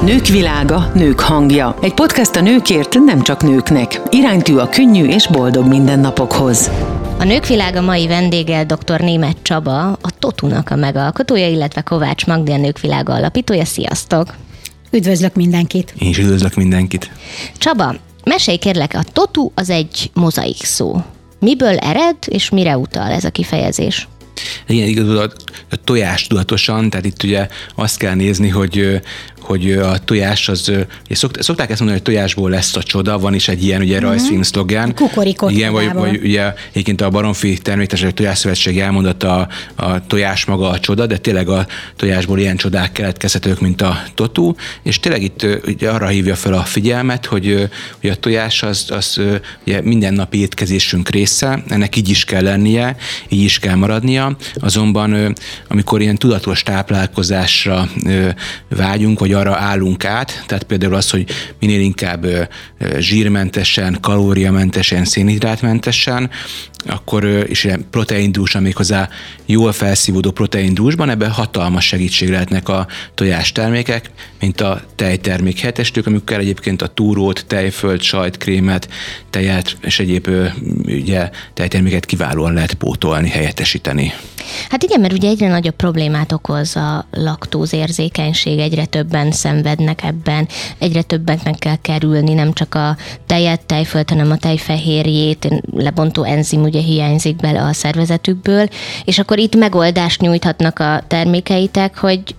Nők világa, nők hangja. Egy podcast a nőkért, nem csak nőknek. Iránytű a könnyű és boldog mindennapokhoz. A Nők világa mai vendége dr. Németh Csaba, a TOTU-nak a megalkotója, illetve Kovács Magdi, a Nők világa alapítója. Sziasztok! Üdvözlök mindenkit! Én is üdvözlök mindenkit! Csaba, mesélj kérlek, a TOTU az egy mozaik szó. Miből ered, és mire utal ez a kifejezés? Igen, igazából a tojás tudatosan, tehát itt ugye azt kell nézni, hogy a tojás az, szokták ezt mondani, hogy tojásból lesz a csoda, van is egy ilyen ugye rajzfilm szlogán. Kukorikot. Igen, vagy ugye egyébként a Baromfi Terméktermékek Tojásszövetség elmondotta a tojás maga a csoda, de tényleg a tojásból ilyen csodák keletkezhetők, mint a TOTU, és tényleg itt ugye arra hívja fel a figyelmet, hogy a tojás az ugye mindennapi étkezésünk része, ennek így is kell lennie, így is kell maradnia, azonban amikor ilyen tudatos táplálkozásra vágyunk, vagy arra állunk át, tehát például az, hogy minél inkább zsírmentesen, kalóriamentesen, szénhidrátmentesen, akkor is ilyen proteindúsan, méghozzá jól felszívódó proteindúsban, ebben hatalmas segítség lehetnek a tojástermékek, mint a tejtermék helyettesítők, amikkel egyébként a túrót, tejfölt, sajtkrémet, tejet és egyéb ugye, tejterméket kiválóan lehet pótolni, helyettesíteni. Hát igen, mert ugye egyre nagyobb problémát okoz a laktózérzékenység, egyre többen szenvednek ebben, egyre többeknek kell kerülni, nem csak a tejet, tejfölt, hanem a tejfehérjét, lebontó enzim ugye hiányzik bele a szervezetükből, és akkor itt megoldást nyújthatnak a termékeitek, hogy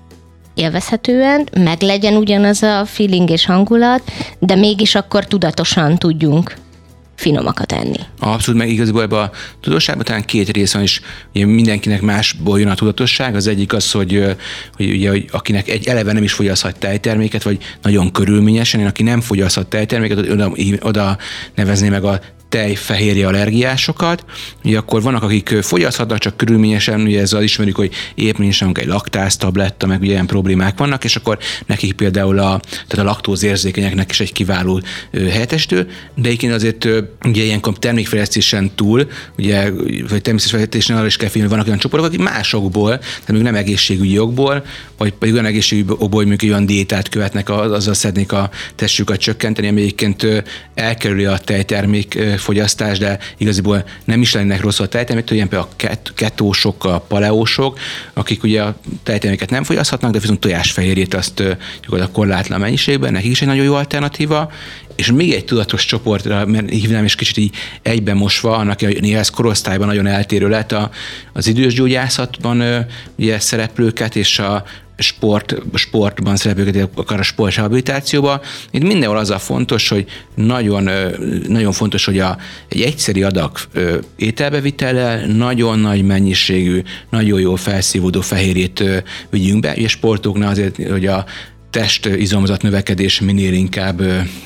élvezhetően meglegyen ugyanaz a feeling és hangulat, de mégis akkor tudatosan tudjunk finomakat enni. Abszolút, meg igazából ebben a tudatosságban talán két rész van, és ugye mindenkinek másból jön a tudatosság. Az egyik az, hogy akinek egy eleve nem is fogyaszthat tejterméket, vagy nagyon körülményesen, aki nem fogyaszthat tejterméket, oda nevezni meg a tejfehérje allergiásokat. Ugye akkor vannak, akik fogyaszthatnak, csak körülményesen, ugye ezzel ismerjük, hogy épp nincs egy laktáztabletta, meg ugye ilyen problémák vannak, és akkor nekik például tehát a laktózérzékenyeknek is egy kiváló helyettesítő, de egyébként azért ugye ilyenkor termékfejlesztésen túl, ugye, vagy természetfejlesztésen arra is kell figyelni, vannak olyan csoportok, akik másokból, tehát még nem egészségügyi okból, vagy pedig olyan egészségügyi okból, hogy mondjuk olyan diétát követnek, azzal szeretnék a testüket csökkenteni, ami egyébként elkerüli a tejtermék fogyasztás, de igazából nem is lennének rossz a tejtermék, ilyen például a ketósok, a paleósok, akik ugye a tejterméket nem fogyaszthatnak, de viszont tojásfehérjét azt gyakorlatilag korlátlan mennyiségben, nekik is egy nagyon jó alternatíva. És még egy tudatos csoportra, mert hívnám is kicsit így egyben mosva, annak ez korosztályban nagyon eltérő lett az idős gyógyászatban ugye szereplőket, és a sportban szereplőket, akár a sportrehabilitációban. Itt mindenhol az a fontos, hogy nagyon fontos, hogy egy egyszeri adag ételbevitellel nagyon nagy mennyiségű, nagyon jól felszívódó fehérjét vigyünk be. Ugye sportoknál azért, hogy a testizomzat növekedés minél inkább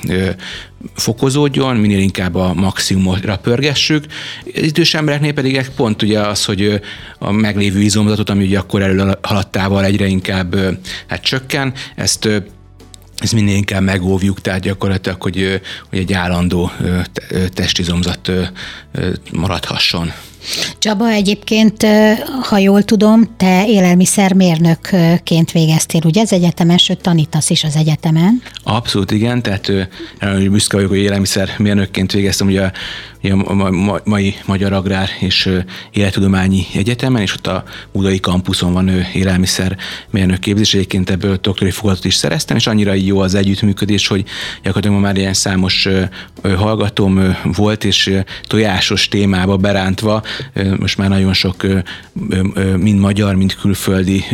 fokozódjon, minél inkább a maximumra pörgessük. Az idős embereknél pedig pont ugye az, hogy a meglévő izomzatot, ami ugye akkor előhaladtával egyre inkább csökken, ezt minél inkább megóvjuk, tehát gyakorlatilag, hogy egy állandó testizomzat maradhasson. Csaba, egyébként, ha jól tudom, te élelmiszermérnökként végeztél, ugye az egyetemen, sőt tanítasz is az egyetemen? Abszolút igen, tehát büszke vagyok, hogy élelmiszermérnökként végeztem ugye a mai Magyar Agrár és Élettudományi Egyetemen, és ott a Budai kampuszon van élelmiszermérnök képzés, egyébként ebből doktori fokozatot is szereztem, és annyira jó az együttműködés, hogy gyakorlatilag már ilyen számos hallgatóm volt, és tojásos témába berántva, most már nagyon sok mind magyar, mind külföldi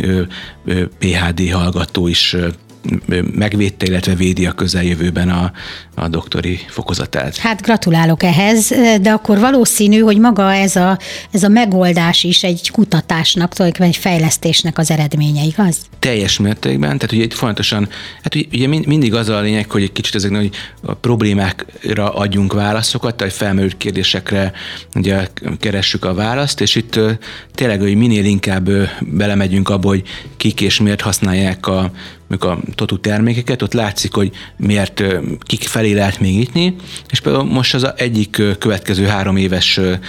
PhD hallgató is megvédte, illetve védi a közeljövőben a doktori fokozatát. Hát gratulálok ehhez, de akkor valószínű, hogy maga ez a megoldás is egy kutatásnak, tulajdonképpen egy fejlesztésnek az eredménye, igaz? Teljes mértékben, tehát ugye itt fontosan, hát ugye mindig az a lényeg, hogy egy kicsit ezeknek hogy a problémákra adjunk válaszokat, tehát felmerült kérdésekre ugye keressük a választ, és itt tényleg, hogy minél inkább belemegyünk abba, hogy kik és miért használják a TOTU termékeket, ott látszik, hogy miért, kik felé lehet még nyitni, és például most az egyik következő 3 éves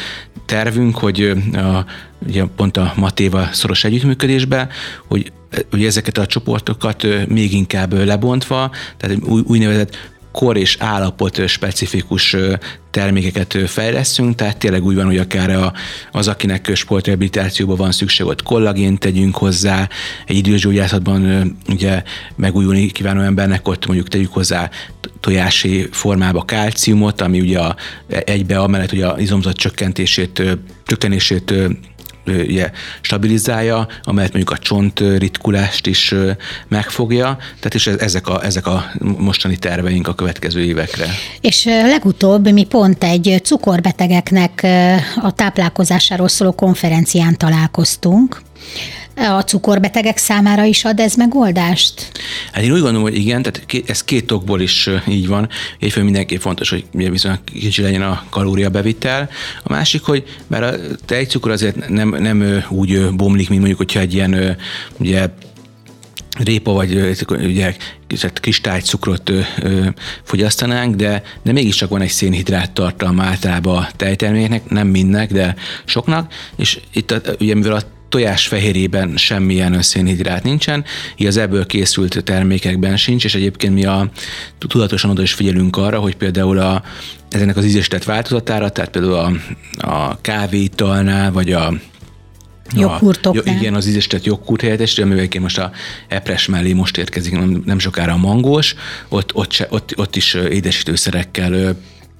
tervünk, hogy ugye pont a Matéval szoros együttműködésben, hogy ezeket a csoportokat még inkább lebontva, tehát úgynevezett kor és állapot specifikus termékeket fejlesztünk, tehát tényleg úgy van, hogy akár az, akinek sportrehabilitációban van szükség, ott kollagént tegyünk hozzá, egy idősgyógyászatban ugye megújulni kívánó embernek ott mondjuk tegyük hozzá tojási formába kálciumot, ami ugye egybe amellett, hogy az izomzat csökkenését ugye stabilizálja, amelyet mondjuk a csontritkulást is megfogja, tehát és ezek a mostani terveink a következő évekre. És legutóbb mi pont egy cukorbetegeknek a táplálkozásáról szóló konferencián találkoztunk. A cukorbetegek számára is ad ez megoldást? Hát én úgy gondolom, hogy igen, tehát ez két okból is így van. Egyfelől mindenképp fontos, hogy viszonylag kicsi legyen a kalóriabevitel. A másik, hogy bár a tejcukor azért nem úgy bomlik, mint mondjuk, hogyha egy ilyen ugye répa vagy ugye kristálycukrot fogyasztanánk, de mégiscsak van egy szénhidrát tartalma általában a tejtermékeknek, nem mindnek, de soknak, és itt ugye mivel a tojás fehérjében semmilyen szénhidrát nincsen, így az ebből készült termékekben sincs, és egyébként mi tudatosan oda is figyelünk arra, hogy például ezenek az ízesített változatára, tehát például a kávéitalnál, vagy joghurtoknál. Igen, az ízesített joghurt helyettesítő, amivel most a epres mellé most érkezik nem sokára a mangós, ott is édesítőszerekkel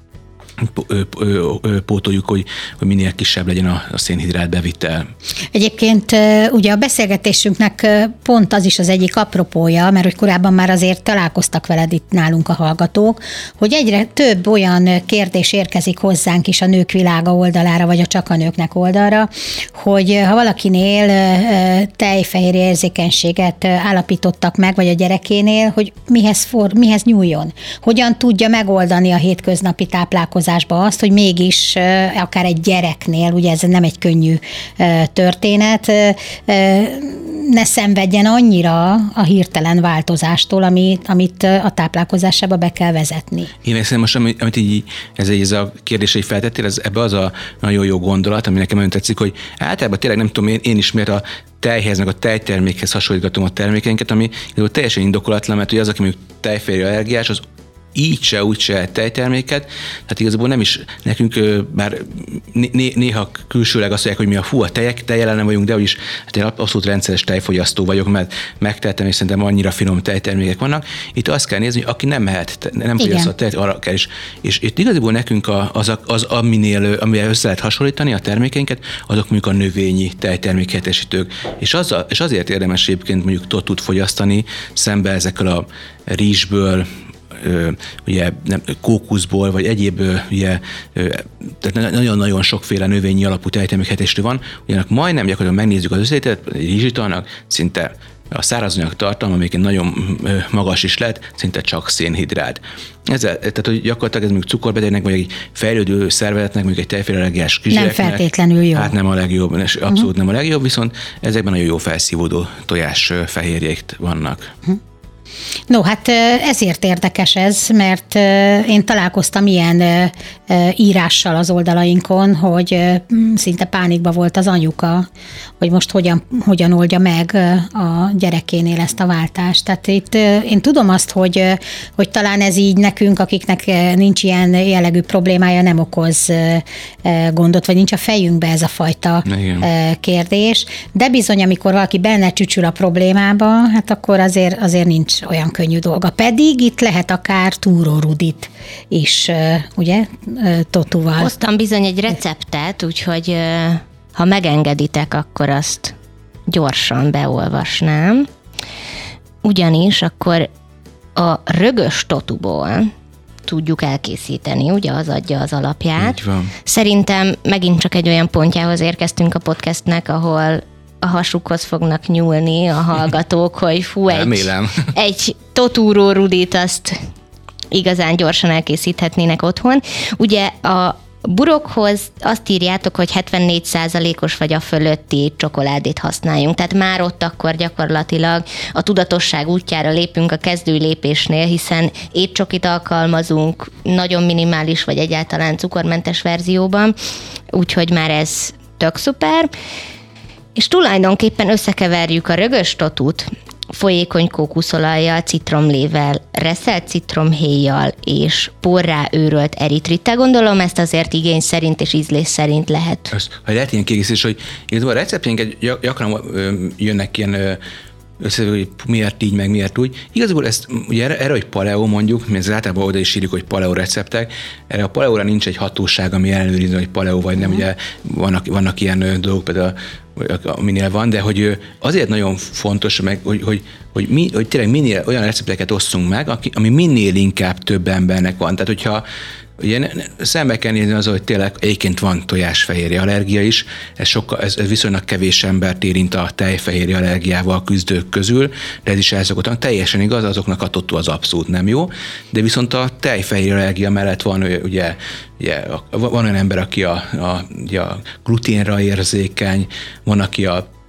pótoljuk, hogy minél kisebb legyen a szénhidrát bevitel. Egyébként ugye a beszélgetésünknek pont az is az egyik apropója, mert hogy korábban már azért találkoztak veled itt nálunk a hallgatók, hogy egyre több olyan kérdés érkezik hozzánk is a Nők Világa oldalára, vagy a Csak a Nőknek oldalra, hogy ha valakinél tejfehérje érzékenységet állapítottak meg, vagy a gyerekénél, hogy mihez nyúljon. Hogyan tudja megoldani a hétköznapi táplálkozásba azt, hogy mégis akár egy gyereknél, ugye ez nem egy könnyű történet, ne szenvedjen annyira a hirtelen változástól, amit a táplálkozásába be kell vezetni. Én szerintem most, amit így ez a kérdés, hogy feltettél, ebbe az a nagyon jó gondolat, ami nekem nagyon tetszik, hogy általában tényleg nem tudom én is miért a tejhez, meg a tejtermékhez hasonlítgatom a termékeinket, ami teljesen indokolatlan, mert ugye az, aki mondjuk tejfehérje allergiás, az így se, úgy se tejterméket, tehát igazából nem is nekünk, bár néha külsőleg azt mondják, hogy mi a tej ellen nem vagyunk, de úgyis hát én abszolút rendszeres tejfogyasztó vagyok, mert megtettem, és szerintem annyira finom tejtermékek vannak. Itt azt kell nézni, hogy aki nem mehet, nem fogyasztott tejet, arra kell is. És itt igazából nekünk amivel össze lehet hasonlítani a termékeinket, azok mondjuk a növényi tejtermékhelyettesítők. És azért érdemes egyébként mondjuk totut fogyasztani szembe ezekkel a rizsből, ugye kókuszból, vagy egyéb ugye, tehát nagyon-nagyon sokféle növényi alapú tejtermékhelyettesítő van, ugyanak majdnem gyakorlatilag megnézzük az összetételt, egy rizsitalnak szinte a szárazanyag tartalma, amelyik nagyon magas is lehet, szinte csak szénhidrát. Tehát, hogy gyakorlatilag ez mondjuk cukorbetegnek, vagy egy fejlődő szervezetnek, mondjuk egy tejfélellergiás kisgyereknek. Nem feltétlenül jó. Hát nem a legjobb, abszolút nem a legjobb, viszont ezekben nagyon jó felszívódó tojás fehérjék vannak. No, hát ezért érdekes ez, mert én találkoztam ilyen írással az oldalainkon, hogy szinte pánikba volt az anyuka, hogy most hogyan oldja meg a gyerekénél ezt a váltást. Tehát itt én tudom azt, hogy talán ez így nekünk, akiknek nincs ilyen jellegű problémája, nem okoz gondot, vagy nincs a fejünkbe ez a fajta kérdés, de bizony, amikor valaki benne csücsül a problémába, hát akkor azért nincs olyan könnyű dolga. Pedig itt lehet akár túrórudit is, ugye, totuval. Hoztam bizony egy receptet, úgyhogy ha megengeditek, akkor azt gyorsan beolvasnám. Ugyanis akkor a rögös totuból tudjuk elkészíteni, ugye az adja az alapját. Így van. Szerintem megint csak egy olyan pontjához érkeztünk a podcastnek, ahol a hasukhoz fognak nyúlni a hallgatók, hogy egy totúró rudit azt igazán gyorsan elkészíthetnének otthon. Ugye a Burokhoz azt írjátok, hogy 74%-os vagy a fölötti csokoládét használjunk. Tehát már ott akkor gyakorlatilag a tudatosság útjára lépünk a kezdő lépésnél, hiszen étcsokit alkalmazunk nagyon minimális vagy egyáltalán cukormentes verzióban, úgyhogy már ez tök szuper. És tulajdonképpen összekeverjük a rögös totut folyékony kókuszolajjal, citromlével, reszelt citromhéjjal és porrá őrölt eritrittel. Gondolom ezt azért igény szerint és ízlés szerint lehet. Ha lehet ilyen kiegészítés, hogy igazából a receptjénket gyakran jönnek ilyen hogy miért így, meg miért úgy. Igazából ezt, ugye erre, hogy paleo mondjuk, mi ezzel általában oda is írjuk, hogy paleo receptek, erre a paleóra nincs egy hatóság, ami ellenőrizni, hogy paleo vagy nem, ugye vannak ilyen dolgok például, minél van, de hogy azért nagyon fontos, meg, hogy tényleg minél olyan recepteket osszunk meg, ami minél inkább több embernek van. Tehát, hogyha ugye szembe kell nézni az, hogy tényleg egyébként van tojásfehérje allergia is, ez viszonylag kevés embert érint a tejfehérje allergiával küzdők közül, de ez is elszokottan teljesen igaz, azoknak a totó az abszolút nem jó, de viszont a tejfehérje allergia mellett van ugye van olyan ember, aki a gluténra érzékeny, van, aki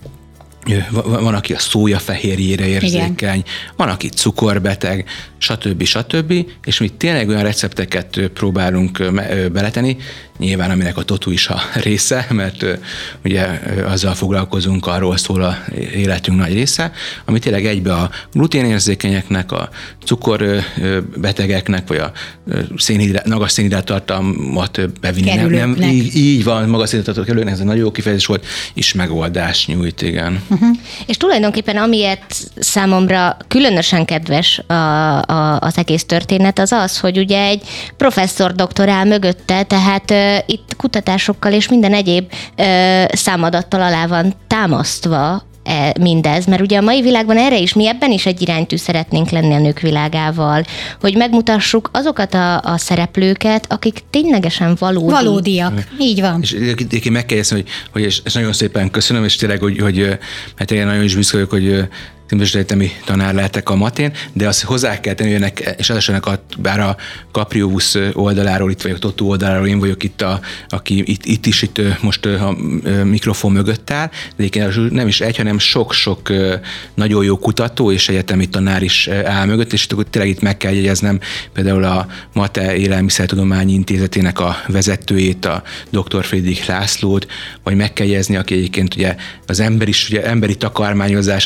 a szójafehérjére érzékeny, igen. Van, aki cukorbeteg, stb. És mi tényleg olyan recepteket próbálunk beletenni, nyilván aminek a totó is a része, mert ugye azzal foglalkozunk, arról szól a életünk nagy része, ami tényleg egybe a gluténérzékenyeknek, a cukorbetegeknek, vagy a magas szénhidrát tartalmat bevinni. Így van, magas szénhidrát kerülőknek, ez egy nagyon jó kifejezés volt, és megoldást nyújt, igen. Uh-huh. És tulajdonképpen amiért számomra különösen kedves az egész történet az az, hogy ugye egy professzor doktorál mögötte, tehát itt kutatásokkal és minden egyéb számadattal alá van támasztva mindez, mert ugye a mai világban erre is, mi ebben is egy iránytű szeretnénk lenni a nők világával, hogy megmutassuk azokat a szereplőket, akik ténylegesen valódiak. Így van. És én meg kell jegyezni, hogy és nagyon szépen köszönöm, és tényleg, hogy hát én nagyon is büszke vagyok, hogy egyetemi tanár lehetek a matén, de azt hozzá kell tenni, hogy és az bár a Capriovus oldaláról itt vagyok, Totó oldaláról én vagyok itt, aki itt is most a mikrofon mögött áll, de egyébként nem is egy, hanem sok-sok nagyon jó kutató és egyetemi tanár is áll mögött, és tényleg itt meg kell jegyeznem például a MATE Élelmiszertudományi Intézetének a vezetőjét, a dr. Friedrich Lászlót, vagy meg kell jegyezni, aki egyébként ugye az emberi takarmányozás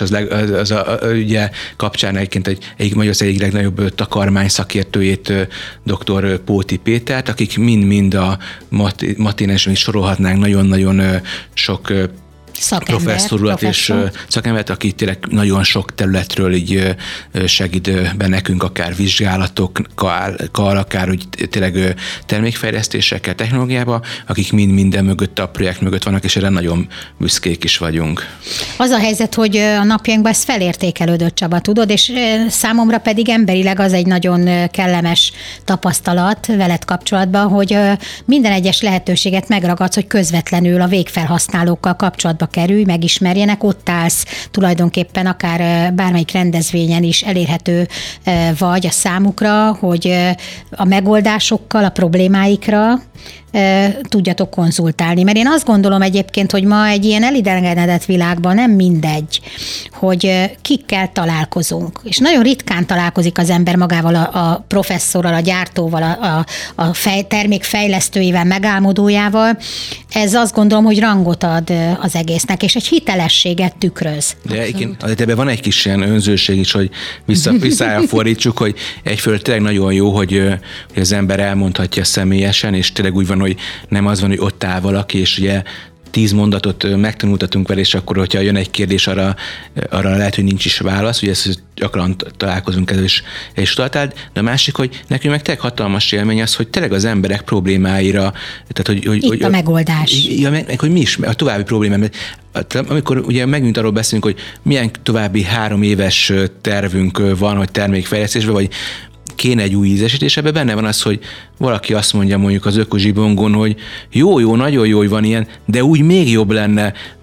ugye kapcsán egyébként Magyarország egyik legnagyobb takarmány szakértőjét, dr. Póti Pétert, akik mind a Maténen is sorolhatnánk nagyon-nagyon sok professzorulat és szakembert, aki tényleg nagyon sok területről így segít be nekünk, akár vizsgálatokkal, akár úgy tényleg termékfejlesztésekkel, technológiába, akik mind minden mögött, a projekt mögött vannak, és erre nagyon büszkék is vagyunk. Az a helyzet, hogy a napjainkban ez felértékelődött, Csaba, tudod, és számomra pedig emberileg az egy nagyon kellemes tapasztalat veled kapcsolatban, hogy minden egyes lehetőséget megragadsz, hogy közvetlenül a végfelhasználókkal kapcsolatban kerülj, megismerjenek, ott állsz tulajdonképpen akár bármelyik rendezvényen is elérhető vagy a számukra, hogy a megoldásokkal, a problémáikra tudjatok konzultálni. Mert én azt gondolom egyébként, hogy ma egy ilyen elidegenedett világban nem mindegy, hogy kikkel találkozunk. És nagyon ritkán találkozik az ember magával a professzorral, a gyártóval, a termék fejlesztőivel, megálmodójával. Ez azt gondolom, hogy rangot ad az egésznek, és egy hitelességet tükröz. De ebben van egy kis ilyen önzőség is, hogy visszafordítsuk, hogy egyfelől tényleg nagyon jó, hogy az ember elmondhatja személyesen, és tényleg úgy van, hogy nem az van, hogy ott áll valaki, és ugye 10 mondatot megtanultatunk vele, és akkor, hogyha jön egy kérdés, arra lehet, hogy nincs is válasz, ugye ezt gyakran találkozunk ezzel is találtál, de a másik, hogy nekünk meg tényleg hatalmas élmény az, hogy tényleg az emberek problémáira, tehát hogy a megoldás. Meg hogy mi is a további problémám. Amikor ugye megint arról beszélünk, hogy milyen további 3 éves tervünk van, hogy termékfejlesztésben, vagy kéne egy új ízesítés, ebben benne van az, hogy valaki azt mondja mondjuk az ökozsibongon, hogy jó, nagyon jó, hogy van ilyen, de úgy még jobb lenne, meg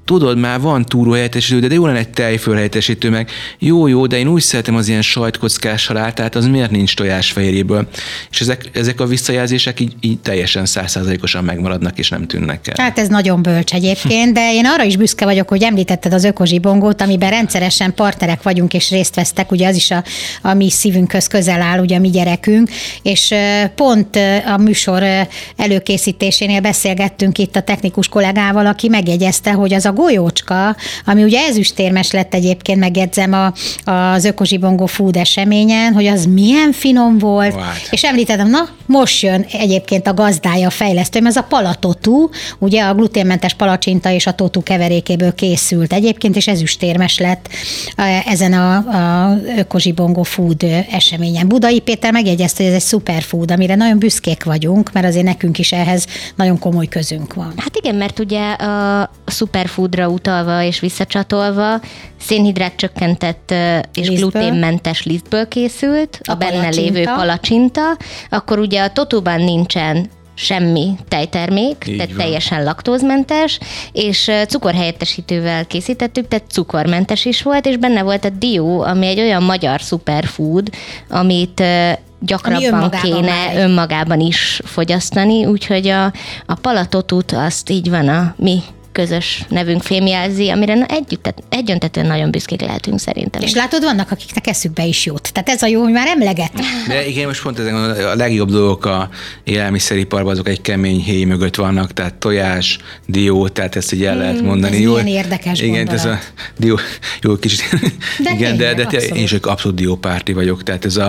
tudod, már van túróhelyettesítő, de jó lenne egy tejfölhelyettesítő, meg jó, de én úgy szeretem az ilyen sajtkockás salátát, az miért nincs tojásfehérjéből? És ezek a visszajelzések így teljesen 100%-osan megmaradnak, és nem tűnnek el. Hát ez nagyon bölcs egyébként, de én arra is büszke vagyok, hogy említetted az ökozsibongót, amiben rendszeresen partnerek vagyunk, és részt vesztek, ugye az is a mi szívünkhöz közel áll, ugye a mi gyerekünk, és pont a műsor előkészítésénél beszélgettünk itt a technikus kollégával, aki megjegyezte, hogy az a golyócska, ami ugye ezüstérmes lett egyébként, megjegyzem az ökozsibongó food eseményen, hogy az milyen finom volt, és említettem, na, most jön egyébként a gazdája, a fejlesztőm, ez a palatotu, ugye a gluténmentes palacsinta és a totu keverékéből készült egyébként, és ezüstérmes lett ezen a ökozsibongó food eseményen. Budai Péter megjegyezte, hogy ez egy superfood, amire nagyon büszkék vagyunk, mert azért nekünk is ehhez nagyon komoly közünk van. Hát igen, mert ugye a superfoodra utalva és visszacsatolva szénhidrát csökkentett és gluténmentes lisztből készült, a benne lévő palacsinta, akkor ugye a totuban nincsen semmi tejtermék, tehát teljesen laktózmentes, és cukorhelyettesítővel készítettük, tehát cukormentes is volt, és benne volt a dió, ami egy olyan magyar superfood, amit gyakrabban kéne önmagában is fogyasztani, úgyhogy a palatotut azt így van a mi közös nevünk fémjelzi, amire egyöntetően nagyon büszkék lehetünk szerintem. És látod, vannak, akiknek eszükbe is jut. Tehát ez a jó, hogy már emleget. De igen, most pont ezek a legjobb dolgok a élelmiszeriparban, azok egy kemény héj mögött vannak, tehát tojás, dió, tehát ezt így el lehet mondani. Ez milyen érdekes igen, gondolat. Ez a dió, jó kicsit. De igen, de én is egy abszolút diópárti vagyok, tehát ez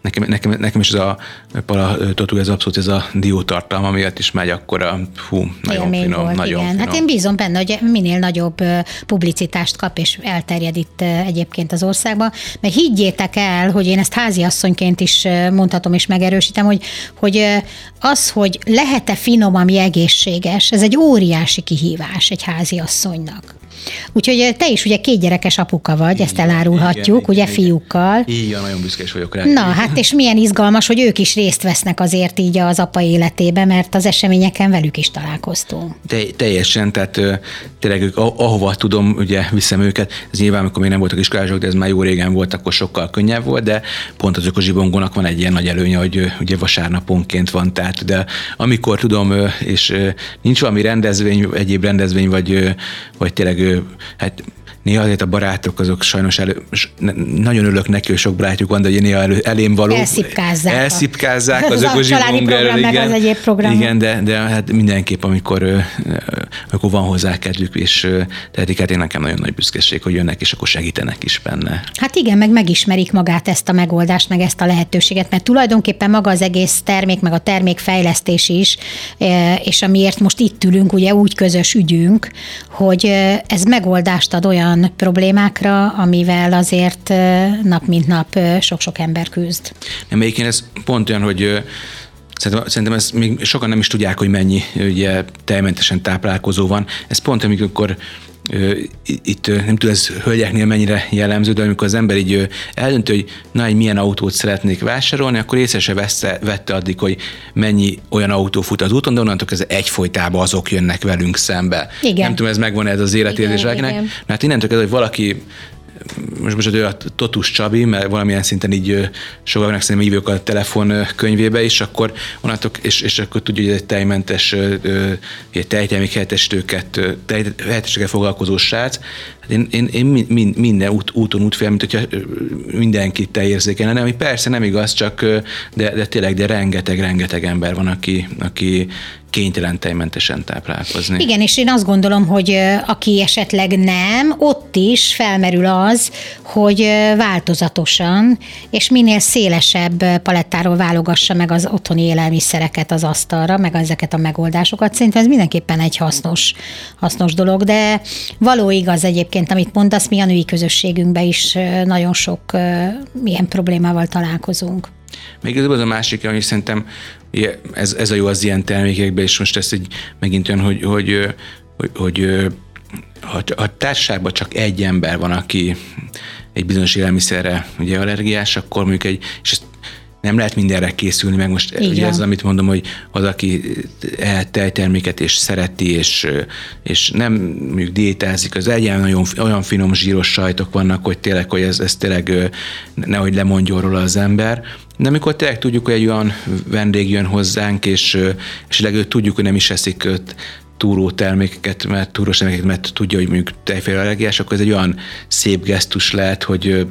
nekem is ez a palatotu, ez abszolút ez a diótartalma miatt is megy akkora, nagyon finom, volt, nagyon igen. finom. Hát én bízom benne, hogy minél nagyobb publicitást kap, és elterjed itt egyébként az országban, mert higgyétek el, hogy én ezt háziasszonyként is mondhatom és megerősítem, hogy az, hogy lehet-e finom, ami egészséges, ez egy óriási kihívás egy háziasszonynak. Úgyhogy te is ugye 2 gyerekes apuka vagy, ezt elárulhatjuk, ugye fiúkkal. Igen, nagyon büszkés vagyok rá. Na, hát és milyen izgalmas, hogy ők is részt vesznek azért így az apa életébe, mert az eseményeken velük is találkoztunk. Teljesen, tehát tényleg ők ahova tudom, ugye viszem őket, ez nyilván, amikor még nem voltak iskolások, de ez már jó régen volt, akkor sokkal könnyebb volt, de pont az ökozsibongónak van egy ilyen nagy előnye, hogy ugye vasárnaponként van, tehát de amikor tudom, és nincs valami rendezvény, egyéb rendezvény, vagy tényleg hát néha azért a barátok azok sajnos nagyon örülök neki, hogy sok barátjuk van, de ugye néha elém való. Elszipkázzák az ökozsibongóról. Igen, az egyéb program. Igen, de hát mindenképp, amikor van hozzá kedvük, és tehetik, hát én nekem nagyon nagy büszkeség, hogy jönnek, és akkor segítenek is benne. Hát igen, meg megismerik magát ezt a megoldást, meg ezt a lehetőséget, mert tulajdonképpen maga az egész termék, meg a termékfejlesztés is, és amiért most itt ülünk, ugye úgy közös ügyünk, hogy ez megoldást ad olyan problémákra, amivel azért nap mint nap sok-sok ember küzd. Egyébként ez pont olyan, hogy szerintem ezt még sokan nem is tudják, hogy mennyi ugye tejmentesen táplálkozó van. Ez pont, amikor itt nem tudom, ez hölgyeknél mennyire jellemző, de amikor az ember így eldöntő, hogy egy milyen autót szeretnék vásárolni, akkor észre se vette addig, hogy mennyi olyan autó fut az úton, de onnantól kezdve egyfolytában azok jönnek velünk szembe. Igen. Nem tudom, ez megvan ez az életérzés valakinek. Hát innentől kezdve, hogy valaki most a Totus Csabi, mert valamilyen szinten így sokaknak szerintem hívjuk a telefon könyvébe is, akkor onnantól, és akkor tudja, hogy egy tejmentes, tejtermék helyettesítőkkel foglalkozó srác. Én minden úton útfél, mint hogyha mindenki tejérzékelne, ami persze nem igaz, csak de tényleg rengeteg ember van, aki kénytelen tejmentesen táplálkozni. Igen, és én azt gondolom, hogy aki esetleg nem, ott is felmerül az, hogy változatosan, és minél szélesebb palettáról válogassa meg az otthoni élelmiszereket az asztalra, meg ezeket a megoldásokat. Szerintem ez mindenképpen egy hasznos dolog, de való igaz egyébként, amit mondasz, mi a női közösségünkben is nagyon sok ilyen problémával találkozunk. Még ez az a másik, hogy szerintem ez a jó az ilyen termékekben, és most ez megint olyan, hogy ha társaságban csak egy ember van, aki egy bizonyos élelmiszerre ugye allergiás, akkor mondjuk és ezt nem lehet mindenre készülni, meg most ugye ez, amit mondom, hogy az, aki tejterméket és szereti, és nem mondjuk diétázik, az egyen olyan finom zsíros sajtok vannak, hogy tényleg, hogy ez tényleg nehogy lemondjon róla az ember. De amikor tényleg tudjuk, hogy egy olyan vendég jön hozzánk, és tudjuk, hogy nem is eszik túrós termékeket, mert tudja, hogy mondjuk tejféle allergiás, akkor ez egy olyan szép gesztus lehet, hogy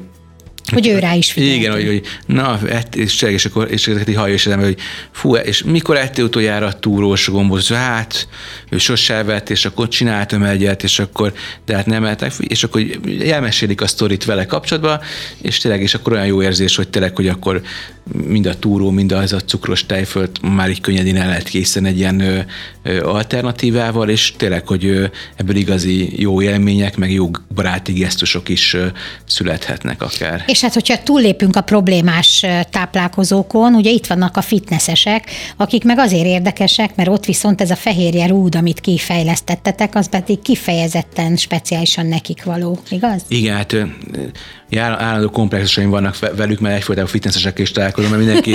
ő rá is figyelti. Igen, hogy na, és ezeket így hallja is az ember, hogy fú, és mikor ettél utoljára túrós gombot? Hát, ő sose vett, és akkor csináltam egyet, és akkor, de hát nem ettek, és akkor elmesélik a sztorit vele kapcsolatban, és tényleg, és akkor olyan jó érzés, hogy tényleg, hogy akkor mind a túró, mind az a cukros tejfölt már így könnyedén el lehet készen egy ilyen alternatívával, és tényleg, hogy ebből igazi jó élmények, meg jó baráti gesztusok is születhetnek akár. És hát, hogyha túllépünk a problémás táplálkozókon, ugye itt vannak a fitnessesek, akik meg azért érdekesek, mert ott viszont ez a fehérje rúd, amit kifejlesztettetek, az pedig kifejezetten speciálisan nekik való, igaz? Igen, hát állandó komplexusaim vannak velük, mert egyfolytában fitnessesek is találkozom, mert mindenki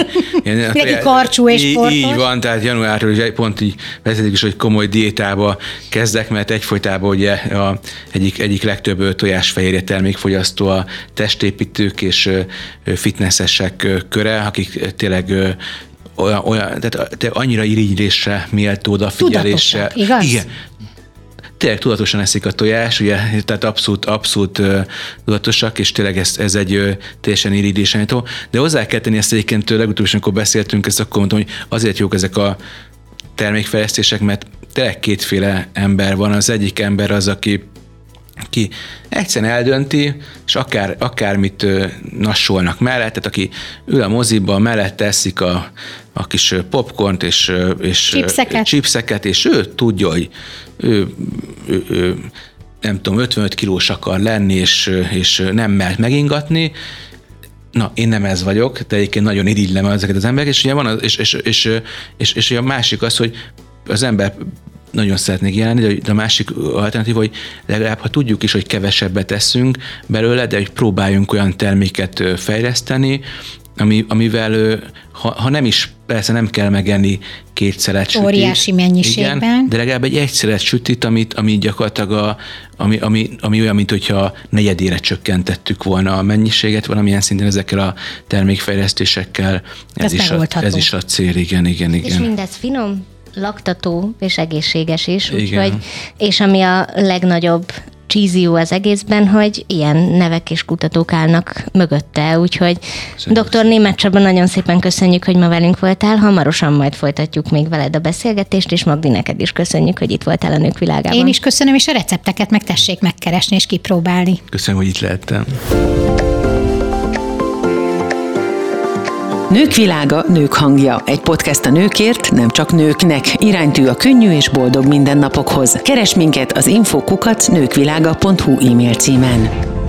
karcsú és sportos. Így van, tehát januártól is pont így vezetik is, hogy komoly diétába kezdek, mert egyfolytában ugye egyik legtöbb tojásfehérje termékfogyasztó a testépítők és fitnessesek köre, akik tényleg olyan, tehát annyira irigylésre méltó odafigyelésre. Igaz? Igen. Tényleg tudatosan eszik a tojás, ugye, tehát abszolút tudatosak, és tényleg ez egy teljesen irigylésányító. De hozzá kell tenni ezt egyébként legutóbb is, amikor beszéltünk, ezt akkor mondtam, hogy azért jók ezek a termékfejlesztések, mert tényleg kétféle ember van. Az egyik ember az, aki egyszerűen eldönti, és akármit nassolnak mellett, tehát aki ül a moziba, mellett eszik a kis popcornt és chipseket, és ő tudja, hogy ő nem tudom, 55 kilós akar lenni, és nem mert megingatni. Na, én nem ez vagyok, de egyébként nagyon irigylem ezeket az embereket, és ugye van és a másik az, hogy az ember nagyon szeretnék jelenni, de a másik alternatív, hogy legalább, ha tudjuk is, hogy kevesebbet eszünk belőle, de hogy próbáljunk olyan terméket fejleszteni, amivel, ha nem is, persze nem kell megenni 2 szelet sütit. Óriási mennyiségben. Igen, de legalább egy szelet sütit, ami gyakorlatilag ami olyan, mint hogyha negyedére csökkentettük volna a mennyiséget, valamilyen szinten ezekkel a termékfejlesztésekkel. Ez is a cél, igen. És mindez finom, laktató és egészséges is, úgyhogy, és ami a legnagyobb csízió az egészben, hogy ilyen nevek és kutatók állnak mögötte, úgyhogy dr. Németh Csaba, nagyon szépen köszönjük, hogy ma velünk voltál, hamarosan majd folytatjuk még veled a beszélgetést, és Magdi, neked is köszönjük, hogy itt voltál a Nők Világában. Én is köszönöm, és a recepteket meg tessék megkeresni és kipróbálni. Köszönöm, hogy itt lehettem. Nők világa, nők hangja. Egy podcast a nőkért, nem csak nőknek. Iránytű a könnyű és boldog mindennapokhoz. Keresd minket az info@nőkvilága.hu e-mail címen.